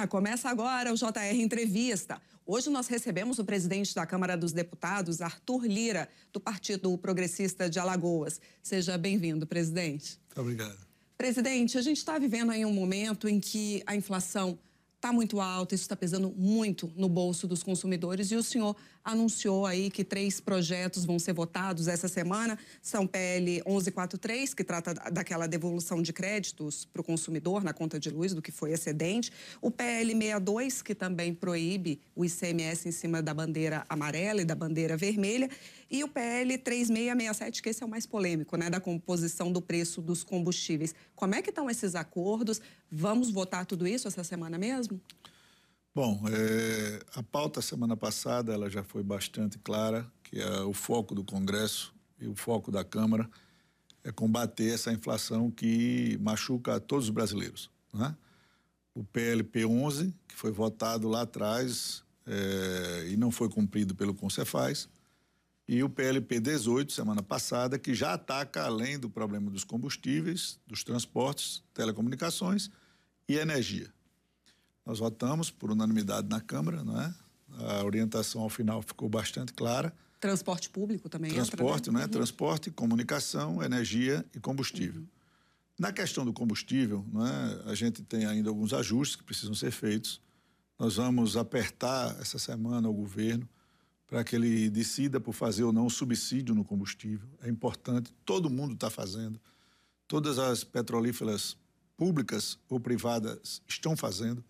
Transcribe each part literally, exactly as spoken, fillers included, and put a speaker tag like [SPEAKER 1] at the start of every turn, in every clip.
[SPEAKER 1] Olá, começa agora o J R Entrevista. Hoje nós recebemos o presidente da Câmara dos Deputados, Arthur Lira, do Partido Progressista de Alagoas. Seja bem-vindo, presidente.
[SPEAKER 2] Muito obrigado.
[SPEAKER 1] Presidente, a gente está vivendo aí um momento em que a inflação está muito alta, isso está pesando muito no bolso dos consumidores e o senhor anunciou aí que três projetos vão ser votados essa semana. São P L onze quarenta e três, que trata daquela devolução de créditos para o consumidor na conta de luz do que foi excedente. O P L sessenta e dois, que também proíbe o I C M S em cima da bandeira amarela e da bandeira vermelha. E o P L três mil seiscentos e sessenta e sete, que esse é o mais polêmico, né, da composição do preço dos combustíveis. Como é que estão esses acordos? Vamos votar tudo isso essa semana mesmo?
[SPEAKER 2] Bom, é, a pauta semana passada ela já foi bastante clara, que é o foco do Congresso e o foco da Câmara é combater essa inflação que machuca a todos os brasileiros, né? O P L P onze, que foi votado lá atrás é, e não foi cumprido pelo Concefaz, e o P L P dezoito, semana passada, que já ataca além do problema dos combustíveis, dos transportes, telecomunicações e energia. Nós votamos por unanimidade na Câmara, não é? A orientação ao final ficou bastante clara.
[SPEAKER 1] Transporte público também
[SPEAKER 2] Transporte,
[SPEAKER 1] entra, né?
[SPEAKER 2] né? Uhum. Transporte, comunicação, energia e combustível. Uhum. Na questão do combustível, não é? A gente tem ainda alguns ajustes que precisam ser feitos. Nós vamos apertar essa semana o governo para que ele decida por fazer ou não o subsídio no combustível. É importante, todo mundo está fazendo. Todas as petrolíferas públicas ou privadas estão fazendo.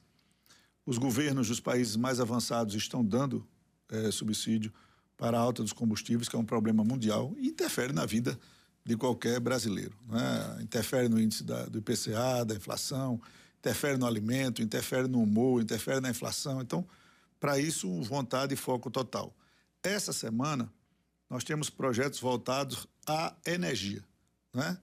[SPEAKER 2] Os governos dos países mais avançados estão dando é, subsídio para a alta dos combustíveis, que é um problema mundial e interfere na vida de qualquer brasileiro, né? Interfere no índice da, do I P C A, da inflação, interfere no alimento, interfere no humor, interfere na inflação. Então, para isso, vontade e foco total. Essa semana, nós temos projetos voltados à energia, né?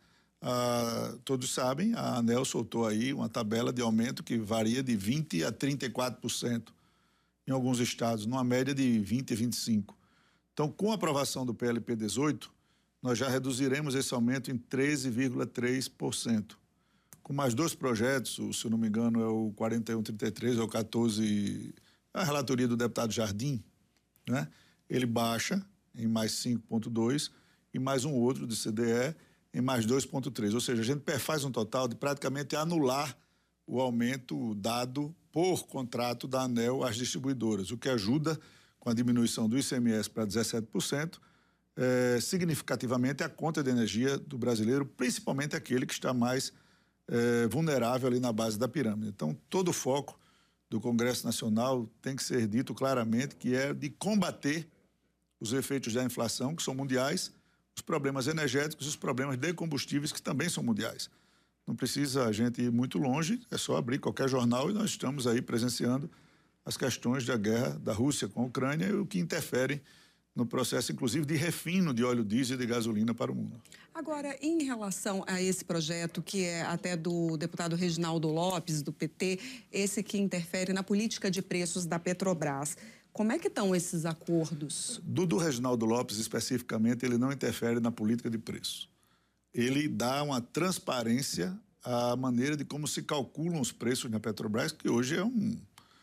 [SPEAKER 2] Ah, todos sabem, a ANEEL soltou aí uma tabela de aumento que varia de vinte por cento a trinta e quatro por cento em alguns estados, numa média de vinte por cento e vinte e cinco por cento. Então, com a aprovação do P L P dezoito, nós já reduziremos esse aumento em treze vírgula três por cento. Com mais dois projetos, se eu não me engano é o quarenta e um trinta e três ou o quatorze, a relatoria do deputado Jardim, né? Ele baixa em mais cinco vírgula dois e mais um outro de C D E em mais dois vírgula três, ou seja, a gente faz um total de praticamente anular o aumento dado por contrato da ANEEL às distribuidoras, o que ajuda com a diminuição do I C M S para dezessete por cento, eh, significativamente a conta de energia do brasileiro, principalmente aquele que está mais eh, vulnerável ali na base da pirâmide. Então, todo o foco do Congresso Nacional tem que ser dito claramente que é de combater os efeitos da inflação, que são mundiais, os problemas energéticos e os problemas de combustíveis, que também são mundiais. Não precisa a gente ir muito longe, é só abrir qualquer jornal e nós estamos aí presenciando as questões da guerra da Rússia com a Ucrânia e o que interfere no processo, inclusive, de refino de óleo diesel e de gasolina para o mundo.
[SPEAKER 1] Agora, em relação a esse projeto, que é até do deputado Reginaldo Lopes, do P T, esse que interfere na política de preços da Petrobras, como é que estão esses acordos?
[SPEAKER 2] Do, do Reginaldo Lopes, especificamente, ele não interfere na política de preço. Ele dá uma transparência à maneira de como se calculam os preços na Petrobras, que hoje é, um,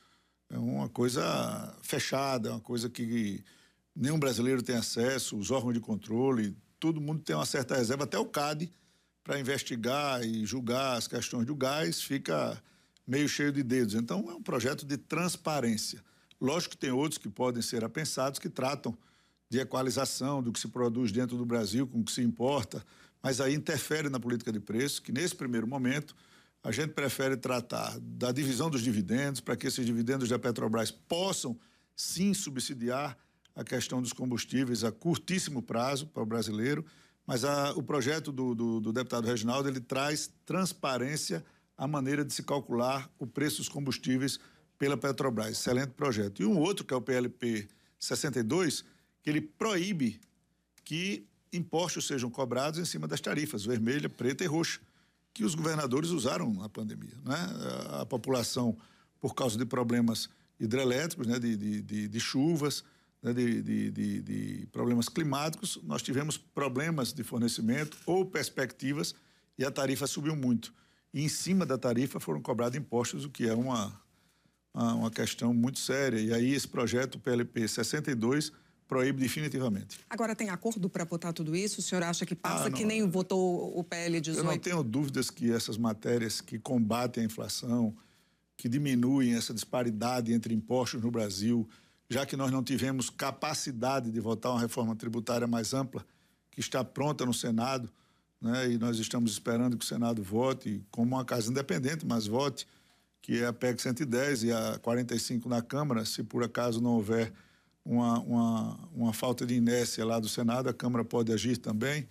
[SPEAKER 2] é uma coisa fechada, é uma coisa que nenhum brasileiro tem acesso, os órgãos de controle, todo mundo tem uma certa reserva, até o C A D, para investigar e julgar as questões do gás, fica meio cheio de dedos. Então, é um projeto de transparência. Lógico que tem outros que podem ser apensados, que tratam de equalização do que se produz dentro do Brasil com o que se importa, mas aí interfere na política de preço, que nesse primeiro momento a gente prefere tratar da divisão dos dividendos, para que esses dividendos da Petrobras possam sim subsidiar a questão dos combustíveis a curtíssimo prazo para o brasileiro, mas a, o projeto do, do, do deputado Reginaldo, ele traz transparência à maneira de se calcular o preço dos combustíveis pela Petrobras. Excelente projeto. E um outro, que é o P L P sessenta e dois, que ele proíbe que impostos sejam cobrados em cima das tarifas vermelha, preta e roxa, que os governadores usaram na pandemia, né? A, a população, por causa de problemas hidrelétricos, né? de, de, de, de chuvas, né? de, de, de, de problemas climáticos, nós tivemos problemas de fornecimento ou perspectivas e a tarifa subiu muito. E em cima da tarifa foram cobrados impostos, o que é uma uma, uma questão muito séria. E aí esse projeto, o P L P sessenta e dois, proíbe definitivamente.
[SPEAKER 1] Agora, tem acordo para votar tudo isso? O senhor acha que passa
[SPEAKER 2] Ah, não,
[SPEAKER 1] que nem votou o P L dezoito?
[SPEAKER 2] Eu não tenho dúvidas que essas matérias que combatem a inflação, que diminuem essa disparidade entre impostos no Brasil, já que nós não tivemos capacidade de votar uma reforma tributária mais ampla, que está pronta no Senado, né? E nós estamos esperando que o Senado vote, como uma casa independente, mas vote, que é a P E C cento e dez e a quarenta e cinco na Câmara. Se por acaso não houver uma, uma, uma falta de inércia lá do Senado, a Câmara pode agir também,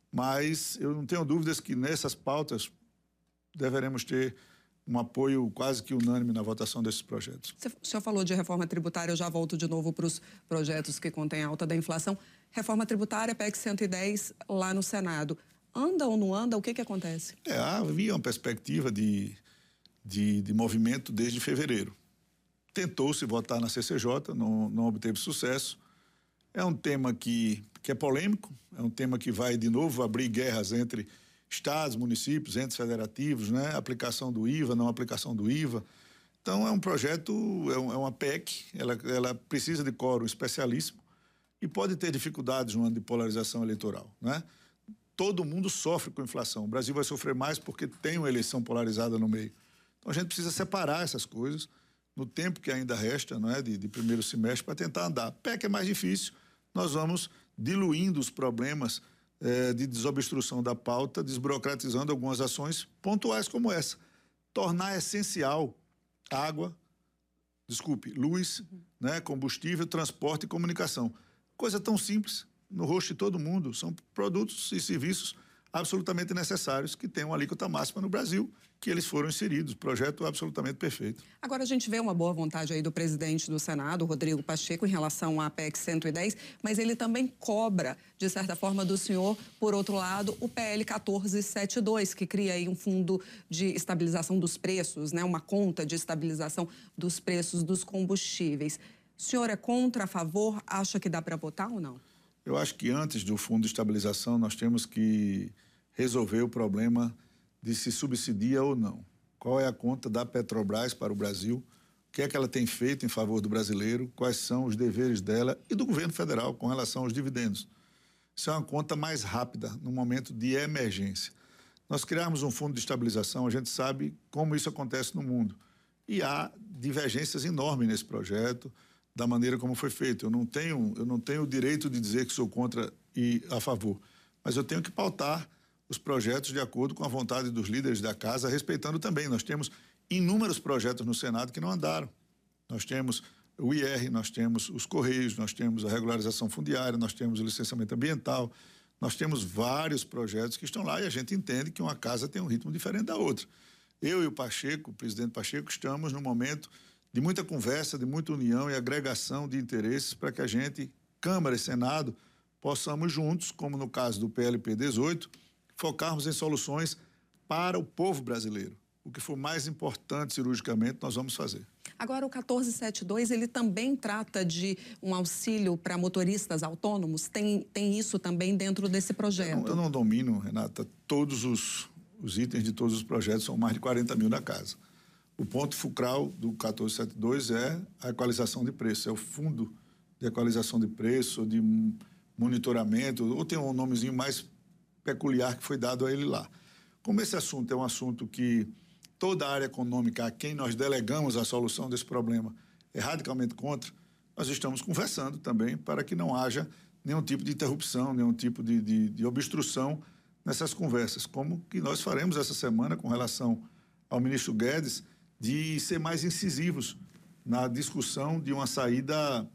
[SPEAKER 2] mas eu não tenho dúvidas que nessas pautas deveremos ter um apoio quase que unânime na votação desses projetos.
[SPEAKER 1] O senhor falou de reforma tributária, eu já volto de novo para os projetos que contêm a alta da inflação. Reforma tributária, P E C cento e dez, lá no Senado. Anda ou não anda? O que que acontece?
[SPEAKER 2] É, havia uma perspectiva de, de, de movimento desde fevereiro. Tentou-se votar na C C J, não, não obteve sucesso. É um tema que, que é polêmico, é um tema que vai, de novo, abrir guerras entre estados, municípios, entes federativos, né? Aplicação do I V A, não aplicação do I V A. Então, é um projeto, é, um, é uma P E C, ela, ela precisa de quórum especialíssimo e pode ter dificuldades no ano de polarização eleitoral, né? Todo mundo sofre com inflação. O Brasil vai sofrer mais porque tem uma eleição polarizada no meio. Então, a gente precisa separar essas coisas no tempo que ainda resta, não é, de, de primeiro semestre, para tentar andar. P E C é mais difícil, nós vamos diluindo os problemas eh, de desobstrução da pauta, desburocratizando algumas ações pontuais como essa. Tornar essencial água, desculpe, luz, uhum. né, combustível, transporte e comunicação. Coisa tão simples, no rosto de todo mundo. São produtos e serviços absolutamente necessários que têm uma alíquota máxima no Brasil, que eles foram inseridos. Projeto absolutamente perfeito.
[SPEAKER 1] Agora, a gente vê uma boa vontade aí do presidente do Senado, Rodrigo Pacheco, em relação à P E C cento e dez, mas ele também cobra, de certa forma, do senhor, por outro lado, o P L quatorze setenta e dois, que cria aí um fundo de estabilização dos preços, né? Uma conta de estabilização dos preços dos combustíveis. O senhor é contra, a favor? Acha que dá para votar ou não?
[SPEAKER 2] Eu acho que antes do fundo de estabilização nós temos que resolver o problema de se subsidia ou não. Qual é a conta da Petrobras para o Brasil? O que é que ela tem feito em favor do brasileiro? Quais são os deveres dela e do governo federal com relação aos dividendos? Isso é uma conta mais rápida no momento de emergência. Nós criarmos um fundo de estabilização, a gente sabe como isso acontece no mundo. E há divergências enormes nesse projeto, da maneira como foi feito. Eu não tenho, eu não tenho o direito de dizer que sou contra e a favor, mas eu tenho que pautar os projetos de acordo com a vontade dos líderes da casa, respeitando também. Nós temos inúmeros projetos no Senado que não andaram. Nós temos o I R, nós temos os Correios, nós temos a regularização fundiária, nós temos o licenciamento ambiental, nós temos vários projetos que estão lá e a gente entende que uma casa tem um ritmo diferente da outra. Eu e o Pacheco, o presidente Pacheco, estamos num momento de muita conversa, de muita união e agregação de interesses para que a gente, Câmara e Senado, possamos juntos, como no caso do P L P dezoito, focarmos em soluções para o povo brasileiro. O que for mais importante cirurgicamente, nós vamos fazer.
[SPEAKER 1] Agora, o quatorze setenta e dois, ele também trata de um auxílio para motoristas autônomos? Tem, tem isso também dentro desse projeto?
[SPEAKER 2] Eu não, eu não domino, Renata, todos os, os itens de todos os projetos, são mais de quarenta mil na casa. O ponto fulcral do quatorze setenta e dois é a equalização de preço, é o fundo de equalização de preço, ou de monitoramento, ou tem um nomezinho mais peculiar que foi dado a ele lá. Como esse assunto é um assunto que toda a área econômica a quem nós delegamos a solução desse problema é radicalmente contra, nós estamos conversando também para que não haja nenhum tipo de interrupção, nenhum tipo de, de, de obstrução nessas conversas, como que nós faremos essa semana com relação ao ministro Guedes, de ser mais incisivos na discussão de uma saída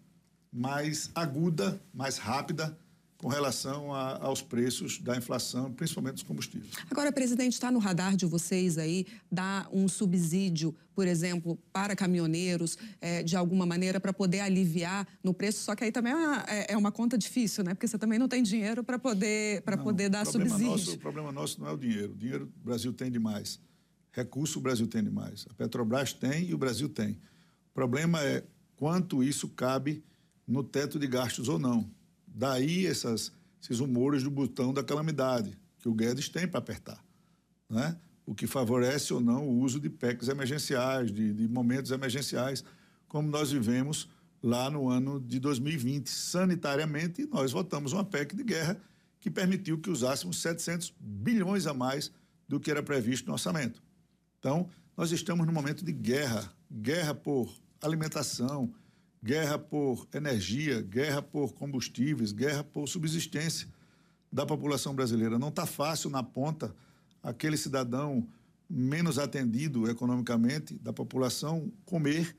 [SPEAKER 2] mais aguda, mais rápida, com relação a, aos preços da inflação, principalmente dos combustíveis.
[SPEAKER 1] Agora, presidente, está no radar de vocês aí dar um subsídio, por exemplo, para caminhoneiros, é, de alguma maneira, para poder aliviar no preço? Só que aí também é uma, é uma conta difícil, né? Porque você também não tem dinheiro para poder, para poder dar subsídio.
[SPEAKER 2] Nosso, o problema nosso não é o dinheiro. O dinheiro o Brasil tem demais. Recurso o Brasil tem demais. A Petrobras tem e o Brasil tem. O problema é quanto isso cabe no teto de gastos ou não. Daí essas, esses rumores do botão da calamidade, que o Guedes tem para apertar, né? o que favorece ou não o uso de P E Cs emergenciais, de, de momentos emergenciais, como nós vivemos lá no ano de dois mil e vinte. Sanitariamente, nós votamos uma P E C de guerra que permitiu que usássemos setecentos bilhões a mais do que era previsto no orçamento. Então, nós estamos num momento de guerra, guerra por alimentação, guerra por energia, guerra por combustíveis, guerra por subsistência da população brasileira. Não está fácil na ponta aquele cidadão menos atendido economicamente da população comer,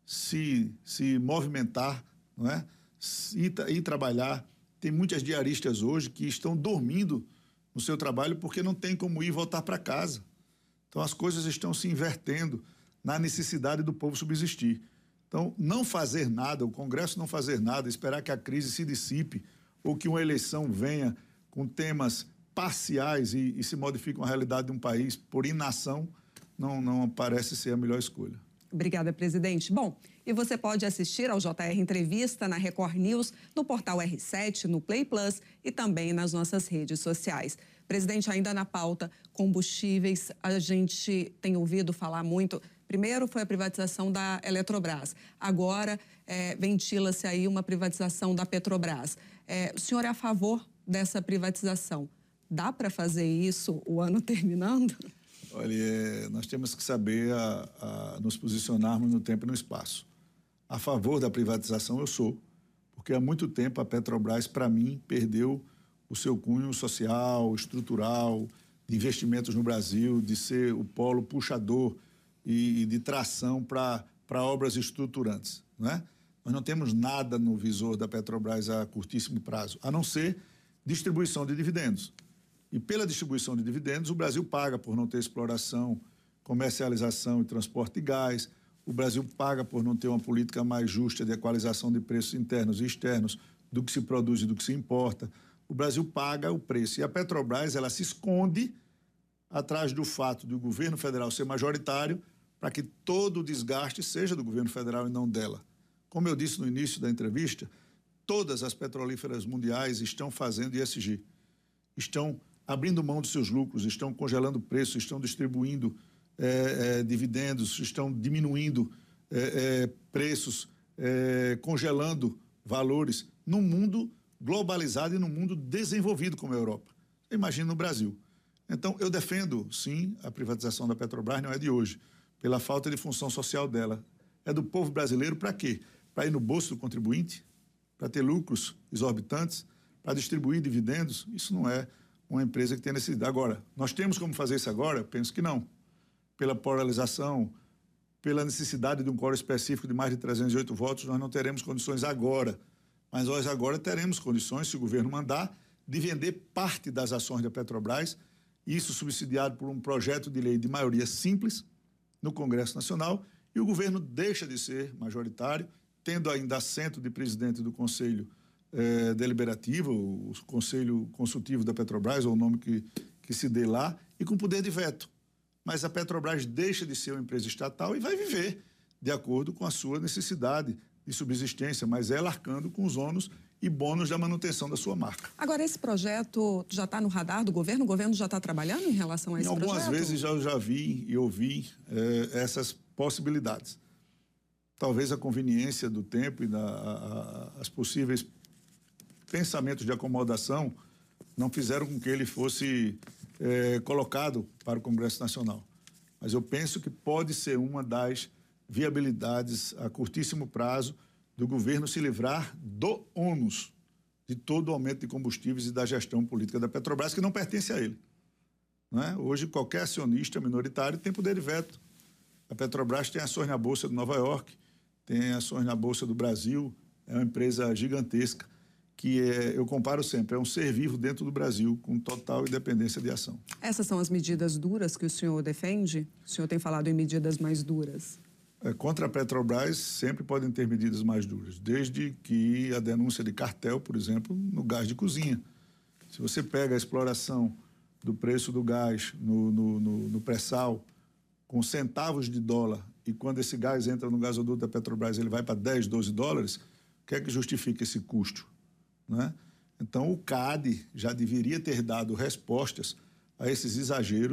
[SPEAKER 2] se, se movimentar, não é? Ir, ir trabalhar. Tem muitas diaristas hoje que estão dormindo no seu trabalho porque não tem como ir e voltar para casa. Então, as coisas estão se invertendo na necessidade do povo subsistir. Então, não fazer nada, o Congresso não fazer nada, esperar que a crise se dissipe ou que uma eleição venha com temas parciais e, e se modifique a realidade de um país por inação, não, não parece ser a melhor escolha.
[SPEAKER 1] Obrigada, presidente. Bom, e você pode assistir ao J R Entrevista na Record News, no portal R sete, no Play Plus e também nas nossas redes sociais. Presidente, ainda na pauta, combustíveis, a gente tem ouvido falar muito. Primeiro foi a privatização da Eletrobras, agora é, ventila-se aí uma privatização da Petrobras. É, o senhor é a favor dessa privatização? Dá para fazer isso o ano terminando?
[SPEAKER 2] Olha, é, nós temos que saber a, a nos posicionarmos no tempo e no espaço. A favor da privatização eu sou, porque há muito tempo a Petrobras, para mim, perdeu o seu cunho social, estrutural, de investimentos no Brasil, de ser o polo puxador e, e de tração para obras estruturantes, né? Nós não temos nada no visor da Petrobras a curtíssimo prazo, a não ser distribuição de dividendos. E pela distribuição de dividendos, o Brasil paga por não ter exploração, comercialização e transporte de gás. O Brasil paga por não ter uma política mais justa de equalização de preços internos e externos do que se produz e do que se importa. O Brasil paga o preço. E a Petrobras, ela se esconde atrás do fato de o governo federal ser majoritário para que todo o desgaste seja do governo federal e não dela. Como eu disse no início da entrevista, todas as petrolíferas mundiais estão fazendo E S G. Estão abrindo mão dos seus lucros, estão congelando preços, estão distribuindo é, é, dividendos, estão diminuindo é, é, preços, é, congelando valores num mundo globalizado e num mundo desenvolvido como a Europa. Imagina no Brasil. Então, eu defendo, sim, a privatização da Petrobras, não é de hoje, pela falta de função social dela. É do povo brasileiro para quê? Para ir no bolso do contribuinte? Para ter lucros exorbitantes? Para distribuir dividendos? Isso não é uma empresa que tem necessidade. Agora, nós temos como fazer isso agora? Penso que não. Pela polarização, pela necessidade de um quórum específico de mais de trezentos e oito votos, nós não teremos condições agora. Mas nós agora teremos condições, se o governo mandar, de vender parte das ações da Petrobras, isso subsidiado por um projeto de lei de maioria simples no Congresso Nacional, e o governo deixa de ser majoritário, tendo ainda assento de presidente do Conselho É, deliberativo, o Conselho Consultivo da Petrobras, ou o nome que, que se dê lá, e com poder de veto. Mas a Petrobras deixa de ser uma empresa estatal e vai viver de acordo com a sua necessidade de subsistência, mas ela arcando com os ônus e bônus da manutenção da sua marca.
[SPEAKER 1] Agora, esse projeto já está no radar do governo? O governo já está trabalhando em relação a esse
[SPEAKER 2] projeto? Em algumas
[SPEAKER 1] projeto?
[SPEAKER 2] vezes já, eu já vi e ouvi é, essas possibilidades. Talvez a conveniência do tempo e da, a, a, as possíveis pensamentos de acomodação não fizeram com que ele fosse é, colocado para o Congresso Nacional. Mas eu penso que pode ser uma das viabilidades a curtíssimo prazo do governo se livrar do ônus de todo o aumento de combustíveis e da gestão política da Petrobras, que não pertence a ele. Não é? Hoje, qualquer acionista minoritário tem poder de veto. A Petrobras tem ações na Bolsa de Nova York, tem ações na Bolsa do Brasil, é uma empresa gigantesca, que é, eu comparo sempre, é um ser vivo dentro do Brasil, com total independência de ação.
[SPEAKER 1] Essas são as medidas duras que o senhor defende? O senhor tem falado em medidas mais duras.
[SPEAKER 2] É, contra a Petrobras, sempre podem ter medidas mais duras, desde que a denúncia de cartel, por exemplo, no gás de cozinha. Se você pega a exploração do preço do gás no, no, no, no pré-sal, com centavos de dólar, e quando esse gás entra no gasoduto da Petrobras, ele vai para dez, doze dólares, o que é que justifica esse custo? Né? Então, o C A D já deveria ter dado respostas a esses exageros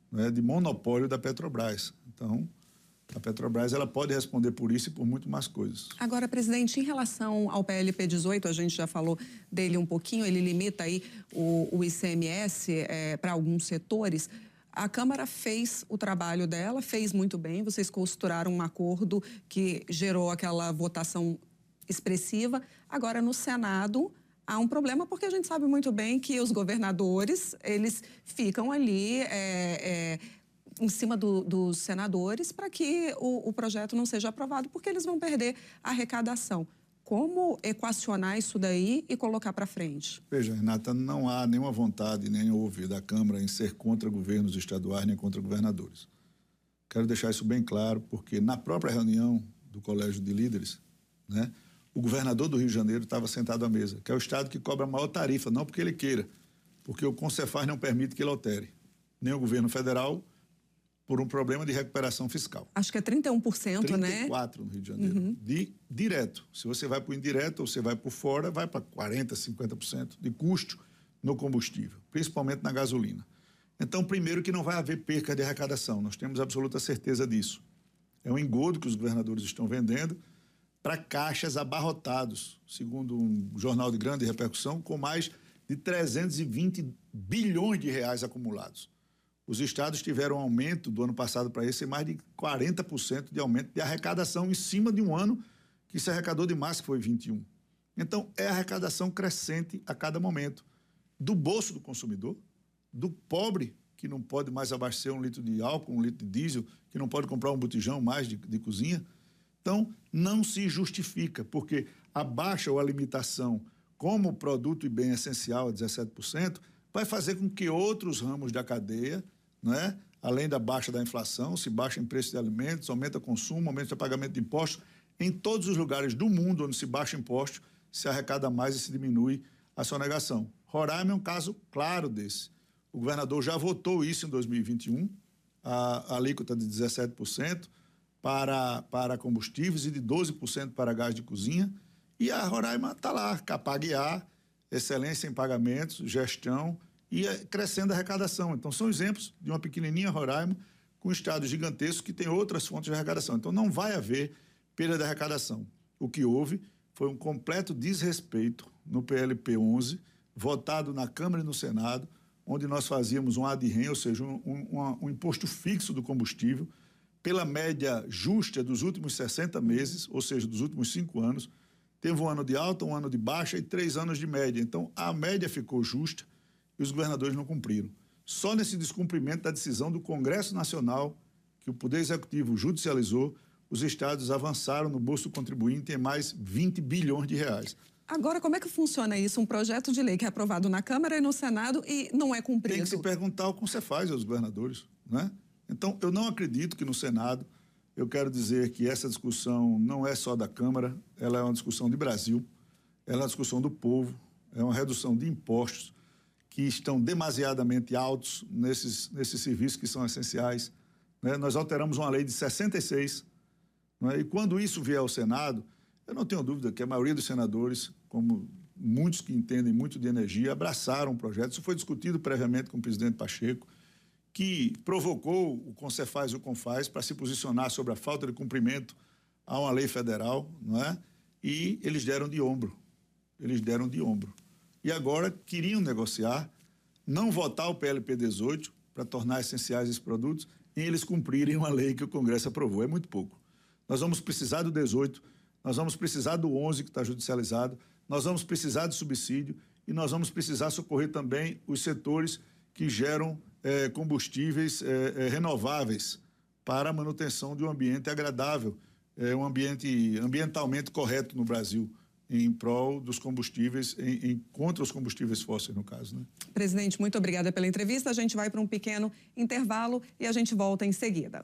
[SPEAKER 2] né, de monopólio da Petrobras. Então, a Petrobras ela pode responder por isso e por muito mais coisas.
[SPEAKER 1] Agora, presidente, em relação ao P L P dezoito, a gente já falou dele um pouquinho, ele limita aí o, o I C M S é, para alguns setores. A Câmara fez o trabalho dela, fez muito bem, vocês costuraram um acordo que gerou aquela votação expressiva. Agora, no Senado, há um problema porque a gente sabe muito bem que os governadores, eles ficam ali é, é, em cima do, dos senadores para que o, o projeto não seja aprovado, porque eles vão perder a arrecadação. Como equacionar isso daí e colocar para frente?
[SPEAKER 2] Veja, Renata, não há nenhuma vontade, nem houve da Câmara em ser contra governos estaduais, nem contra governadores. Quero deixar isso bem claro, porque na própria reunião do Colégio de Líderes, né, o governador do Rio de Janeiro estava sentado à mesa, que é o estado que cobra a maior tarifa, não porque ele queira, porque o Concefaz não permite que ele altere, nem o governo federal, por um problema de recuperação fiscal.
[SPEAKER 1] Acho que é trinta e um por cento, né?
[SPEAKER 2] trinta e quatro no Rio de Janeiro, uhum. de direto. Se você vai para o indireto ou você vai por fora, vai para quarenta por cento, cinquenta por cento de custo no combustível, principalmente na gasolina. Então, primeiro que não vai haver perca de arrecadação, nós temos absoluta certeza disso. É um engodo que os governadores estão vendendo para caixas abarrotados, segundo um jornal de grande repercussão, com mais de trezentos e vinte bilhões de reais acumulados. Os estados tiveram um aumento do ano passado para esse, mais de quarenta por cento de aumento de arrecadação em cima de um ano que se arrecadou demais, que foi vinte e um. Então, é arrecadação crescente a cada momento, do bolso do consumidor, do pobre, que não pode mais abastecer um litro de álcool, um litro de diesel, que não pode comprar um botijão mais de, de cozinha. Então, não se justifica, porque a baixa ou a limitação como produto e bem essencial a dezessete por cento vai fazer com que outros ramos da cadeia, não é? Além da baixa da inflação, se baixa em preço de alimentos, aumenta o consumo, aumenta o pagamento de impostos. Em todos os lugares do mundo onde se baixa imposto, se arrecada mais e se diminui a sonegação. Roraima é um caso claro desse. O governador já votou isso em dois mil e vinte e um, a, a alíquota de dezessete por cento para, para combustíveis e de doze por cento para gás de cozinha. E a Roraima está lá, Capaguiá, excelência em pagamentos, gestão e crescendo a arrecadação. Então, são exemplos de uma pequenininha Roraima com um estado gigantesco que tem outras fontes de arrecadação. Então, não vai haver perda de arrecadação. O que houve foi um completo desrespeito no P L P onze, votado na Câmara e no Senado, onde nós fazíamos um ad rem, ou seja, um, um, um imposto fixo do combustível, pela média justa dos últimos sessenta meses, ou seja, dos últimos cinco anos. Teve um ano de alta, um ano de baixa e três anos de média. Então, a média ficou justa e os governadores não cumpriram. Só nesse descumprimento da decisão do Congresso Nacional, que o Poder Executivo judicializou, os estados avançaram no bolso do contribuinte em mais vinte bilhões de reais.
[SPEAKER 1] Agora, como é que funciona isso? Um projeto de lei que é aprovado na Câmara e no Senado e não é cumprido?
[SPEAKER 2] Tem que se perguntar o que você faz aos governadores, né? Então, eu não acredito que no Senado, eu quero dizer que essa discussão não é só da Câmara, ela é uma discussão de Brasil, ela é uma discussão do povo, é uma redução de impostos que estão demasiadamente altos nesses, nesses serviços que são essenciais, né? Nós alteramos uma lei de sessenta e seis, né? E quando isso vier ao Senado, eu não tenho dúvida que a maioria dos senadores, como muitos que entendem muito de energia, abraçaram o projeto. Isso foi discutido previamente com o presidente Pacheco, que provocou o Concefaz e o Confaz para se posicionar sobre a falta de cumprimento a uma lei federal, não é? E eles deram de ombro. Eles deram de ombro. E agora queriam negociar, não votar o P L P dezoito para tornar essenciais esses produtos e eles cumprirem uma lei que o Congresso aprovou. É muito pouco. Nós vamos precisar do dezoito, nós vamos precisar do onze, que está judicializado, nós vamos precisar de subsídio e nós vamos precisar socorrer também os setores que geram é, combustíveis é, é, renováveis para a manutenção de um ambiente agradável, é, um ambiente ambientalmente correto no Brasil, em prol dos combustíveis, em, em, contra os combustíveis fósseis, no caso, né?
[SPEAKER 1] Presidente, muito obrigada pela entrevista. A gente vai para um pequeno intervalo e a gente volta em seguida.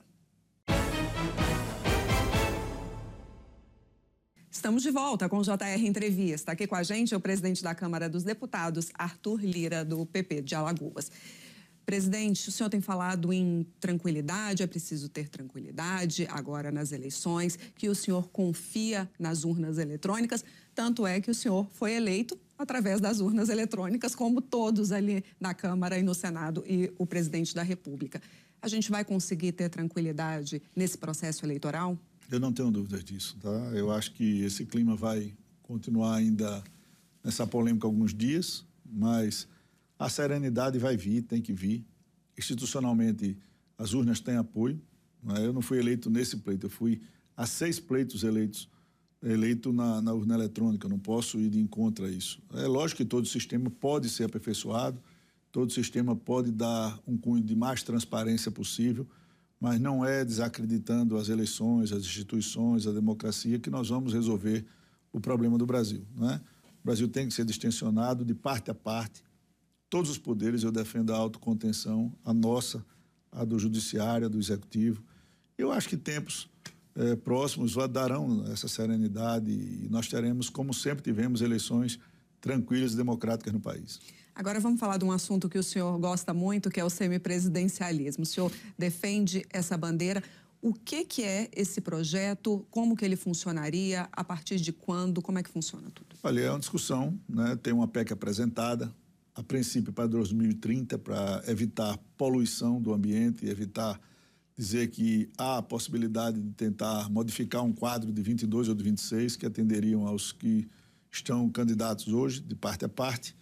[SPEAKER 1] Estamos de volta com o J R Entrevista. Aqui com a gente é o presidente da Câmara dos Deputados, Arthur Lira, do P P de Alagoas. Presidente, o senhor tem falado em tranquilidade, é preciso ter tranquilidade agora nas eleições, que o senhor confia nas urnas eletrônicas, tanto é que o senhor foi eleito através das urnas eletrônicas, como todos ali na Câmara e no Senado e o presidente da República. a gente vai conseguir ter tranquilidade nesse processo eleitoral?
[SPEAKER 2] Eu não tenho dúvidas disso, tá? Eu acho que esse clima vai continuar ainda nessa polêmica alguns dias, mas a serenidade vai vir, tem que vir. Institucionalmente, as urnas têm apoio, né? Eu não fui eleito nesse pleito, eu fui a seis pleitos eleitos, eleito na, na urna eletrônica, eu não posso ir de encontro a isso. É lógico que todo sistema pode ser aperfeiçoado, todo sistema pode dar um cunho de mais transparência possível, mas não é desacreditando as eleições, as instituições, a democracia que nós vamos resolver o problema do Brasil, né? O Brasil tem que ser distensionado de parte a parte. Todos os poderes, eu defendo a autocontenção, a nossa, a do judiciário, a do executivo. Eu acho que tempos eh, próximos darão essa serenidade e nós teremos, como sempre tivemos, eleições tranquilas e democráticas no país.
[SPEAKER 1] Agora vamos falar de um assunto que o senhor gosta muito, que é o semipresidencialismo. O senhor defende essa bandeira. O que que é esse projeto? Como que ele funcionaria? A partir de quando? Como é que funciona tudo?
[SPEAKER 2] Olha, é uma discussão, né? Tem uma P E C apresentada, a princípio para dois mil e trinta, para evitar poluição do ambiente, evitar dizer que há a possibilidade de tentar modificar um quadro de vinte e dois ou de vinte e seis, que atenderiam aos que estão candidatos hoje, de parte a parte.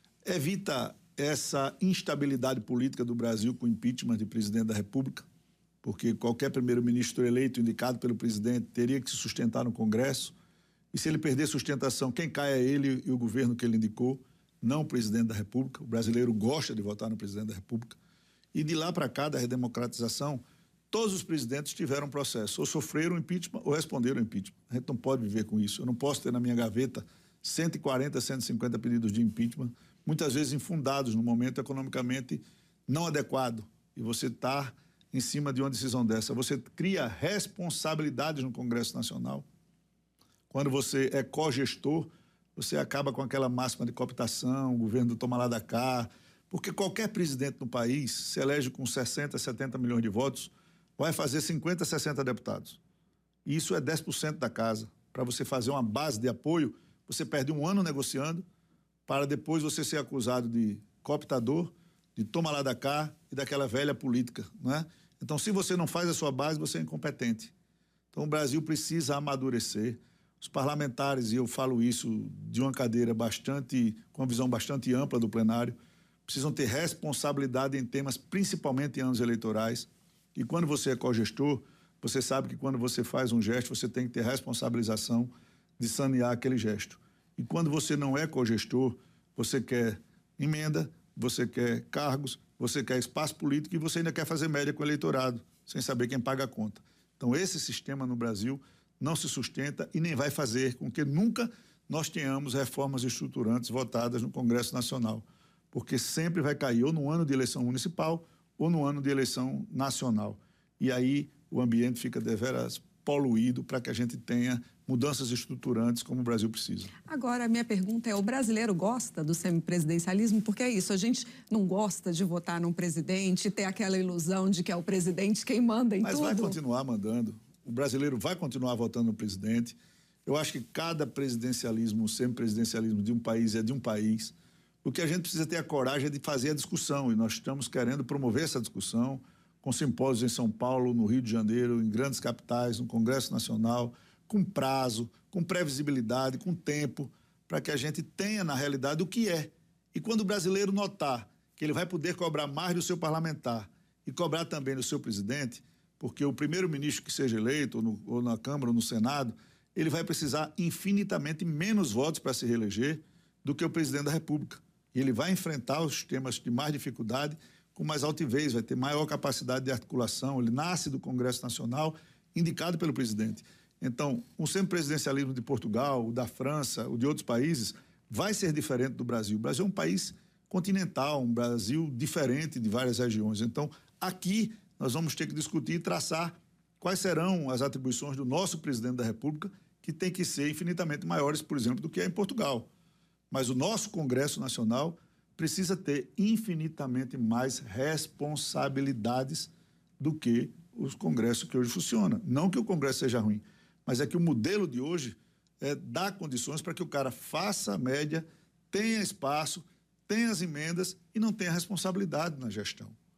[SPEAKER 2] Evita essa instabilidade política do Brasil com o impeachment de presidente da República, porque qualquer primeiro-ministro eleito, indicado pelo presidente, teria que se sustentar no Congresso, e se ele perder sustentação, quem cai é ele e o governo que ele indicou, não o presidente da República. O brasileiro gosta de votar no presidente da República. E de lá para cá, da redemocratização, todos os presidentes tiveram processo, ou sofreram impeachment ou responderam impeachment. A gente não pode viver com isso. Eu não posso ter na minha gaveta cento e quarenta, cento e cinquenta pedidos de impeachment, muitas vezes infundados no momento economicamente não adequado, e você está em cima de uma decisão dessa. Você cria responsabilidades no Congresso Nacional. Quando você é cogestor, você acaba com aquela máxima de cooptação, o governo toma lá da cá, porque qualquer presidente no país se elege com sessenta, setenta milhões de votos, vai fazer cinquenta, sessenta deputados. E isso é dez por cento da casa. Para você fazer uma base de apoio, você perde um ano negociando, para depois você ser acusado de cooptador, de toma lá da cá e daquela velha política, não é? Então, se você não faz a sua base, você é incompetente. Então, o Brasil precisa amadurecer. Os parlamentares, e eu falo isso de uma cadeira bastante, com uma visão bastante ampla do plenário, precisam ter responsabilidade em temas, principalmente em anos eleitorais. E quando você é cogestor, você sabe que quando você faz um gesto, você tem que ter responsabilização de sanear aquele gesto. E quando você não é cogestor, você quer emenda, você quer cargos, você quer espaço político e você ainda quer fazer média com o eleitorado, sem saber quem paga a conta. Então, esse sistema no Brasil não se sustenta e nem vai fazer com que nunca nós tenhamos reformas estruturantes votadas no Congresso Nacional, porque sempre vai cair ou no ano de eleição municipal ou no ano de eleição nacional. E aí o ambiente fica deveras poluído para que a gente tenha mudanças estruturantes como o Brasil precisa.
[SPEAKER 1] Agora, a minha pergunta é, o brasileiro gosta do semipresidencialismo? Porque é isso, a gente não gosta de votar num presidente, ter aquela ilusão de que é o presidente quem manda em
[SPEAKER 2] Mas
[SPEAKER 1] tudo.
[SPEAKER 2] Mas vai continuar mandando. O brasileiro vai continuar votando no presidente. Eu acho que cada presidencialismo, semipresidencialismo de um país é de um país. O que a gente precisa ter a coragem é de fazer a discussão, e nós estamos querendo promover essa discussão com simpósios em São Paulo, no Rio de Janeiro, em grandes capitais, no Congresso Nacional, com prazo, com previsibilidade, com tempo, para que a gente tenha, na realidade, o que é. E quando o brasileiro notar que ele vai poder cobrar mais do seu parlamentar e cobrar também do seu presidente, porque o primeiro-ministro que seja eleito, ou, no, ou na Câmara ou no Senado, ele vai precisar infinitamente menos votos para se reeleger do que o presidente da República. E ele vai enfrentar os temas de mais dificuldade com mais altivez, vai ter maior capacidade de articulação. Ele nasce do Congresso Nacional, indicado pelo presidente. Então, o semipresidencialismo de Portugal, o da França, o de outros países, vai ser diferente do Brasil. O Brasil é um país continental, um Brasil diferente de várias regiões. Então, aqui nós vamos ter que discutir e traçar quais serão as atribuições do nosso presidente da República, que tem que ser infinitamente maiores, por exemplo, do que é em Portugal. Mas o nosso Congresso Nacional precisa ter infinitamente mais responsabilidades do que os congressos que hoje funcionam. Não que o Congresso seja ruim, mas é que o modelo de hoje é dar condições para que o cara faça a média, tenha espaço, tenha as emendas e não tenha responsabilidade na gestão.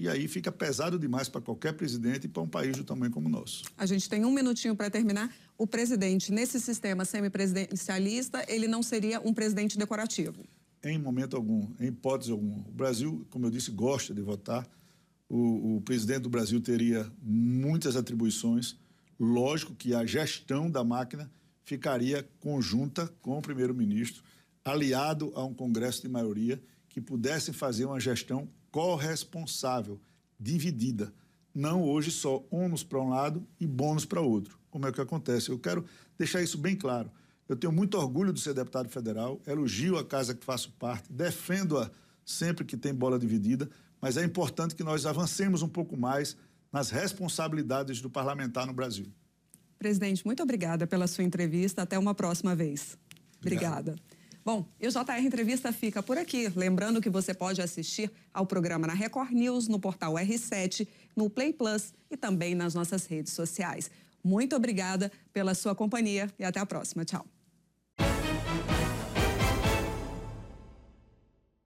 [SPEAKER 2] e aí fica pesado demais para qualquer presidente e para um país do tamanho como o nosso.
[SPEAKER 1] A gente tem um minutinho para terminar. O presidente, nesse sistema semipresidencialista, ele não seria um presidente decorativo?
[SPEAKER 2] Em momento algum, em hipótese alguma. O Brasil, como eu disse, gosta de votar. O, o presidente do Brasil teria muitas atribuições. Lógico que a gestão da máquina ficaria conjunta com o primeiro-ministro, aliado a um Congresso de maioria que pudesse fazer uma gestão corresponsável, dividida. Não hoje só ônus para um lado e bônus para outro, como é o que acontece. Eu quero deixar isso bem claro. Eu tenho muito orgulho de ser deputado federal, elogio a casa que faço parte, defendo-a sempre que tem bola dividida, mas é importante que nós avancemos um pouco mais nas responsabilidades do parlamentar no Brasil.
[SPEAKER 1] Presidente, muito obrigada pela sua entrevista. Até uma próxima vez. Obrigada. Obrigado. Bom, e o J R Entrevista fica por aqui. Lembrando que você pode assistir ao programa na Record News, no portal R sete, no Play Plus e também nas nossas redes sociais. Muito obrigada pela sua companhia e até a próxima. Tchau.